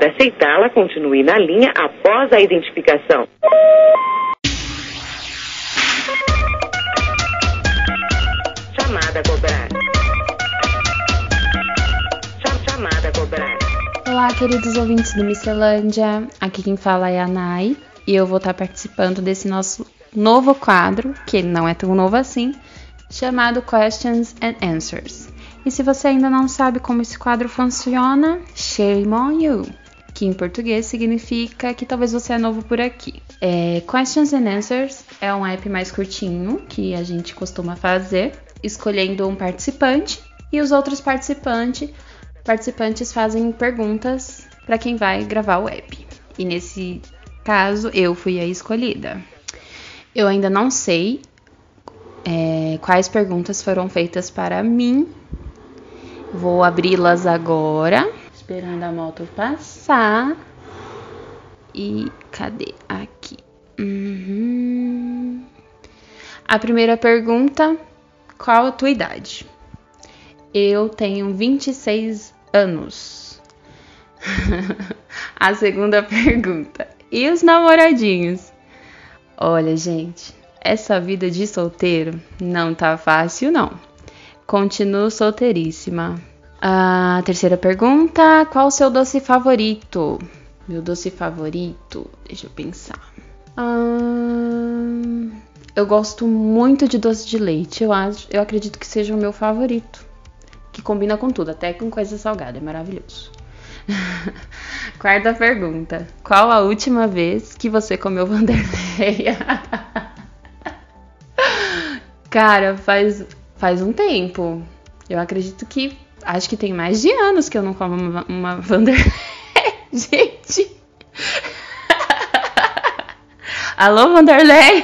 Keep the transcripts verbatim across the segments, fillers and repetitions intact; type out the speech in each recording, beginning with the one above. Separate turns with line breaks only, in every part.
aceitá-la, continue na linha após a identificação. Chamada a cobrar. Chamada a cobrar.
Olá, queridos ouvintes do Miscelândia. Aqui quem fala é a Nai. E eu vou estar participando desse nosso novo quadro, que não é tão novo assim, chamado Questions and Answers. E se você ainda não sabe como esse quadro funciona, shame on you, que em português significa que talvez você é novo por aqui. É, Questions and Answers é um app mais curtinho que a gente costuma fazer, escolhendo um participante e os outros participantes, participantes fazem perguntas para quem vai gravar o app. E nesse caso, eu fui a escolhida. Eu ainda não sei é, quais perguntas foram feitas para mim. Vou abri-las agora, esperando a moto passar. E cadê? Aqui. Uhum. A primeira pergunta: qual a tua idade? Eu tenho vinte e seis anos. A segunda pergunta: e os namoradinhos? Olha, gente, essa vida de solteiro não tá fácil, não. Continuo solteiríssima. A terceira pergunta: qual o seu doce favorito? Meu doce favorito? Deixa eu pensar. Hum, eu gosto muito de doce de leite. Eu, acho, eu acredito que seja o meu favorito. Que combina com tudo, até com coisa salgada. É maravilhoso. Quarta pergunta: qual a última vez que você comeu Wanderleia? Cara, faz, faz um tempo. Eu acredito que... Acho que tem mais de anos que eu não como uma, uma Wanderleia. Gente. Alô, Wanderleia?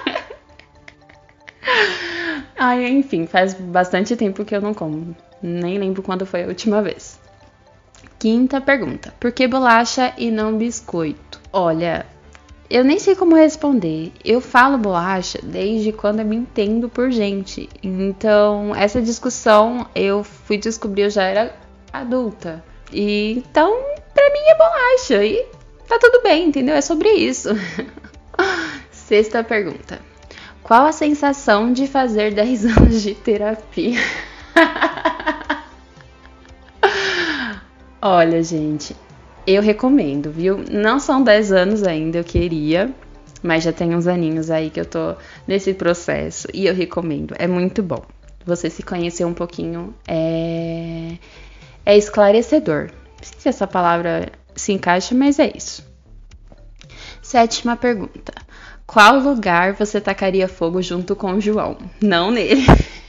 Ai, enfim, faz bastante tempo que eu não como. Nem lembro quando foi a última vez. Quinta pergunta: por que bolacha e não biscoito? Olha, eu nem sei como responder. Eu falo bolacha desde quando eu me entendo por gente. Então, essa discussão eu fui descobrir, eu já era adulta. E então, pra mim é bolacha. E tá tudo bem, entendeu? É sobre isso. Sexta pergunta: qual a sensação de fazer dez anos de terapia? Olha, gente, eu recomendo, viu? Não são dez anos ainda, eu queria, mas já tem uns aninhos aí que eu tô nesse processo e eu recomendo. É muito bom. Você se conhecer um pouquinho é, é esclarecedor. Não sei se essa palavra se encaixa, mas é isso. Sétima pergunta: qual lugar você tacaria fogo junto com o João? Não nele.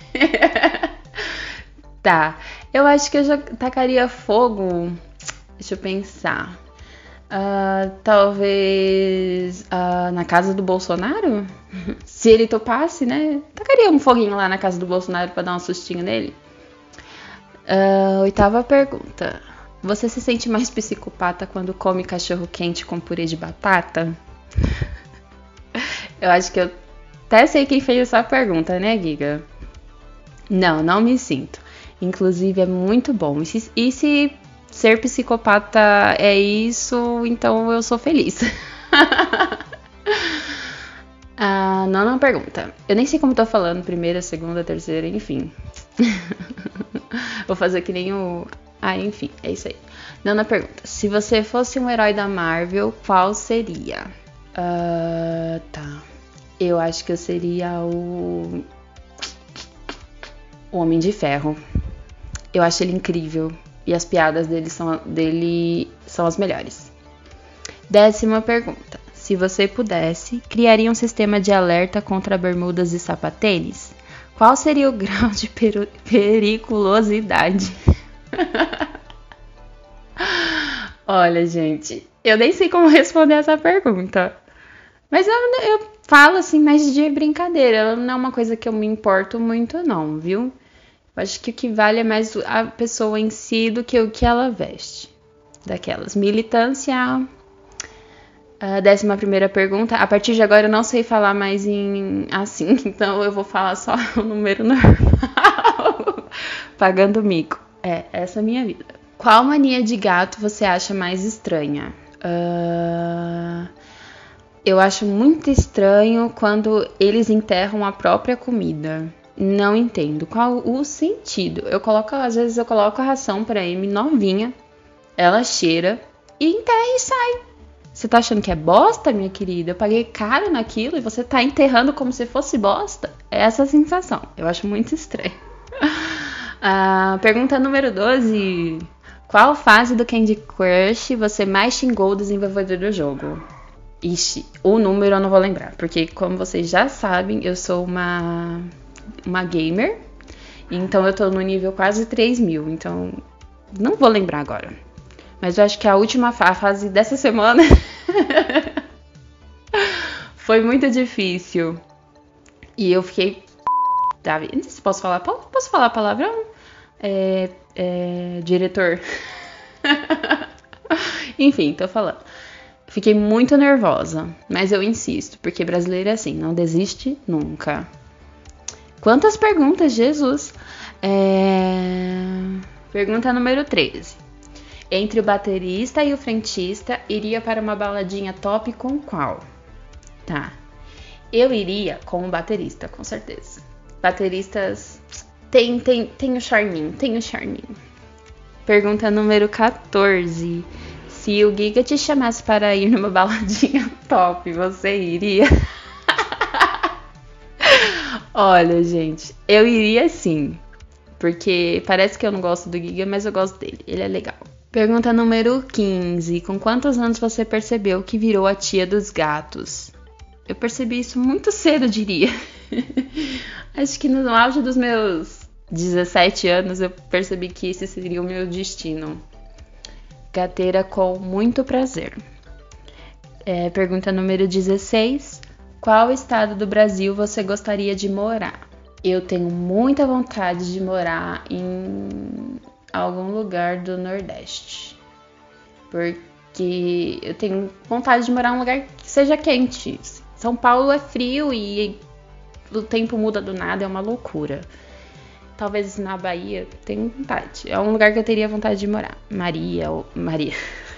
Tá, eu acho que eu já tacaria fogo. Deixa eu pensar. Uh, talvez uh, na casa do Bolsonaro? Se ele topasse, né? Tacaria um foguinho lá na casa do Bolsonaro pra dar um sustinho nele. Uh, oitava pergunta: você se sente mais psicopata quando come cachorro quente com purê de batata? Eu acho que eu até sei quem fez essa pergunta, né, Giga? Não, não me sinto. Inclusive, é muito bom. E se, e se ser psicopata é isso, então eu sou feliz. A nona pergunta: eu nem sei como tô falando, primeira, segunda, terceira, enfim. Vou fazer que nem o... Ah, enfim, é isso aí. Nona pergunta: se você fosse um herói da Marvel, qual seria? Uh, tá. Eu acho que eu seria o... o Homem de Ferro. Eu acho ele incrível. E as piadas dele são, dele são as melhores. Décima pergunta: se você pudesse, criaria um sistema de alerta contra bermudas e sapatênis? Qual seria o grau de peru- periculosidade? Olha, gente, eu nem sei como responder essa pergunta. Mas eu, eu falo assim mais de brincadeira. Não é uma coisa que eu me importo muito não, viu? Eu acho que o que vale é mais a pessoa em si do que o que ela veste. Daquelas. Militância. A décima primeira pergunta: a partir de agora eu não sei falar mais em assim, então eu vou falar só o número normal. Pagando mico. É, essa é a minha vida. Qual mania de gato você acha mais estranha? Uh, eu acho muito estranho quando eles enterram a própria comida. Não entendo qual o sentido. Eu coloco, às vezes eu coloco a ração pra Amy novinha, ela cheira e enterra e sai. Você tá achando que é bosta, minha querida? Eu paguei caro naquilo e você tá enterrando como se fosse bosta? É essa a sensação. Eu acho muito estranho. uh, pergunta número doze. Qual fase do Candy Crush você mais xingou o desenvolvedor do jogo? Ixi, o número eu não vou lembrar, porque como vocês já sabem, eu sou uma, uma gamer, então eu tô no nível quase três mil, então não vou lembrar agora. Mas eu acho que a última fa- fase dessa semana foi muito difícil. E eu fiquei... Não sei se posso falar, posso falar palavrão? É, é, diretor. Enfim, tô falando. Fiquei muito nervosa, mas eu insisto, porque brasileiro é assim, não desiste nunca. Quantas perguntas, Jesus! É... Pergunta número treze. Entre o baterista e o frentista, iria para uma baladinha top com qual? Tá. Eu iria com o baterista, com certeza. Bateristas... Tem, tem, tem o charminho, tem o charminho. Pergunta número quatorze. Se o Giga te chamasse para ir numa baladinha top, você iria? Olha, gente, eu iria sim. Porque parece que eu não gosto do Giga, mas eu gosto dele. Ele é legal. Pergunta número quinze. Com quantos anos você percebeu que virou a tia dos gatos? Eu percebi isso muito cedo, eu diria. Acho que no auge dos meus dezessete anos eu percebi que esse seria o meu destino. Gateira com muito prazer. É, pergunta número dezesseis. Qual estado do Brasil você gostaria de morar? Eu tenho muita vontade de morar em algum lugar do Nordeste. Porque eu tenho vontade de morar em um lugar que seja quente. São Paulo é frio e o tempo muda do nada, é uma loucura. Talvez na Bahia, tenho vontade. É um lugar que eu teria vontade de morar. Maria ou... Maria.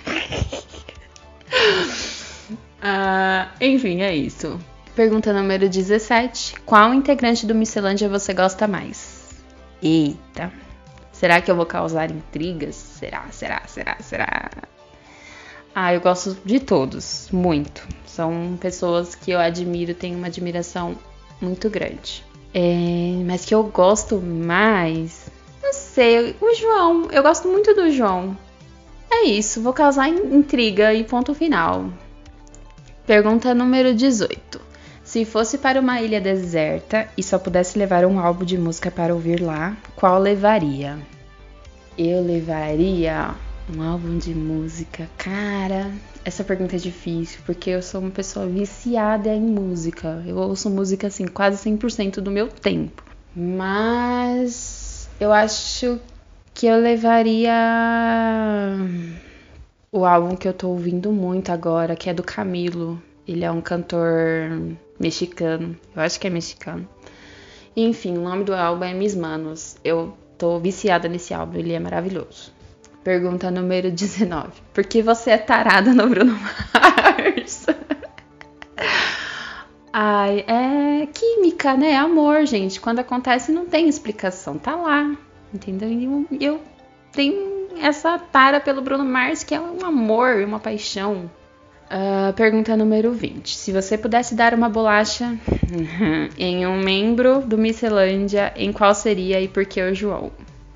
ah, enfim, é isso. Pergunta número dezessete. Qual integrante do Miscelândia você gosta mais? Eita. Será que eu vou causar intrigas? Será, será, será, será? Ah, eu gosto de todos. Muito. São pessoas que eu admiro, tenho uma admiração muito grande. É, mas que eu gosto mais... Não sei, o João. Eu gosto muito do João. É isso, vou causar intriga e ponto final. Pergunta número dezoito. Se fosse para uma ilha deserta e só pudesse levar um álbum de música para ouvir lá, qual levaria? Eu levaria um álbum de música. Cara, essa pergunta é difícil, porque eu sou uma pessoa viciada em música. Eu ouço música, assim, quase cem por cento do meu tempo. Mas eu acho que eu levaria o álbum que eu tô ouvindo muito agora, que é do Camilo. Ele é um cantor mexicano. Eu acho que é mexicano. Enfim, o nome do álbum é Mis Manos. Eu tô viciada nesse álbum, ele é maravilhoso. Pergunta número dezenove. Por que você é tarada no Bruno Mars? Ai, é química, né? Amor, gente. Quando acontece não tem explicação. Tá lá, entendeu? E eu, eu tenho essa tara pelo Bruno Mars, que é um amor, uma paixão. Uh, pergunta número vinte. Se você pudesse dar uma bolacha em um membro do Miscelândia, em qual seria e por que o João?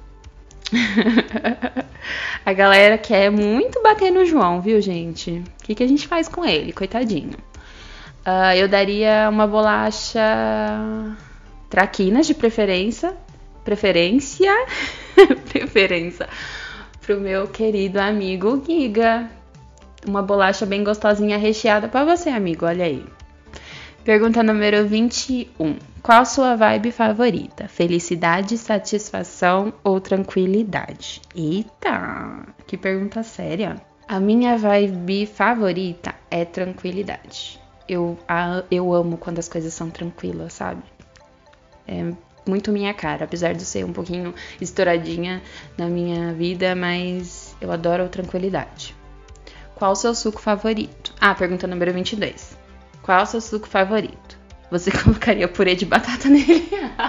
A galera quer muito bater no João, viu, gente? O que, que a gente faz com ele? Coitadinho. Uh, eu daria uma bolacha traquinas de preferência. Preferência? Preferência. Pro meu querido amigo Giga. Uma bolacha bem gostosinha recheada pra você, amigo. Olha aí. Pergunta número vinte e um. Qual sua vibe favorita? Felicidade, satisfação ou tranquilidade? Eita, que pergunta séria. A minha vibe favorita é tranquilidade. Eu, a, eu amo quando as coisas são tranquilas, sabe? É, muito minha cara, apesar de ser um pouquinho estouradinha na minha vida, mas eu adoro tranquilidade. Qual o seu suco favorito? Ah, pergunta número vinte e dois. Qual o seu suco favorito? Você colocaria purê de batata nele?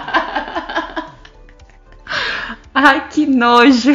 Ai, que nojo!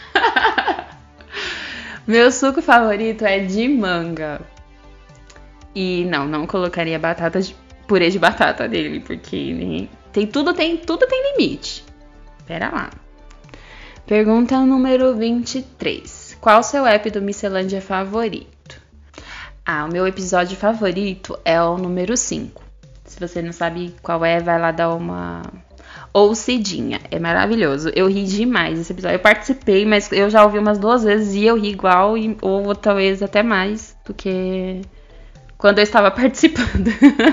Meu suco favorito é de manga. E não, não colocaria batata de, purê de batata nele, porque né, tem, tudo, tem, tudo tem limite. Pera lá. Pergunta número vinte e três. Qual o seu app do Miscelândia favorito? Ah, o meu episódio favorito é o número cinco. Se você não sabe qual é, vai lá dar uma oucidinha. É maravilhoso. Eu ri demais esse episódio. Eu participei, mas eu já ouvi umas duas vezes e eu ri igual, ou talvez até mais do que quando eu estava participando.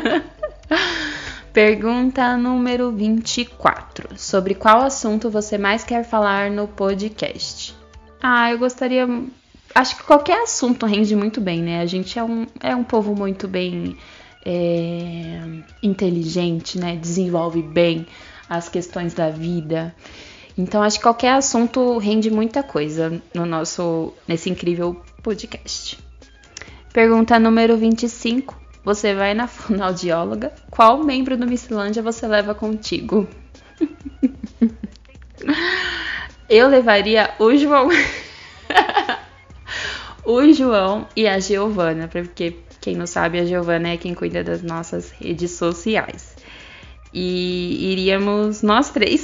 Pergunta número vinte e quatro. Sobre qual assunto você mais quer falar no podcast? Ah, eu gostaria... Acho que qualquer assunto rende muito bem, né? A gente é um, é um povo muito bem é, inteligente, né? Desenvolve bem as questões da vida. Então, acho que qualquer assunto rende muita coisa no nosso, nesse incrível podcast. Pergunta número vinte e cinco. Você vai na fonoaudióloga? Qual membro do Miscelândia você leva contigo? Eu levaria o João... o João e a Giovana, porque quem não sabe, a Giovana é quem cuida das nossas redes sociais. E iríamos nós três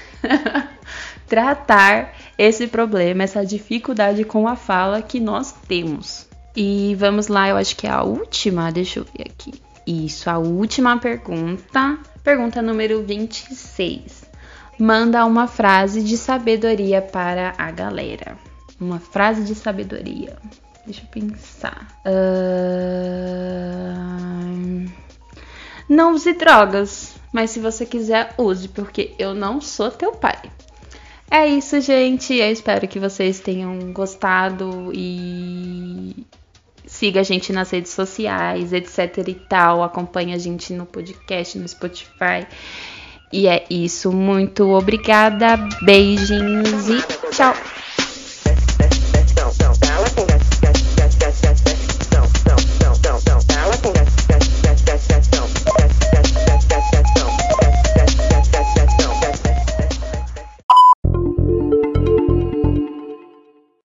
tratar esse problema, essa dificuldade com a fala que nós temos. E vamos lá, eu acho que é a última, deixa eu ver aqui. Isso, a última pergunta. Pergunta número vinte e seis. Manda uma frase de sabedoria para a galera. Uma frase de sabedoria. Deixa eu pensar. Uh... Não use drogas, mas se você quiser, use, porque eu não sou teu pai. É isso, gente. Eu espero que vocês tenham gostado e siga a gente nas redes sociais, etc e tal. Acompanhe a gente no podcast, no Spotify. E é isso. Muito obrigada. Beijinhos e tchau.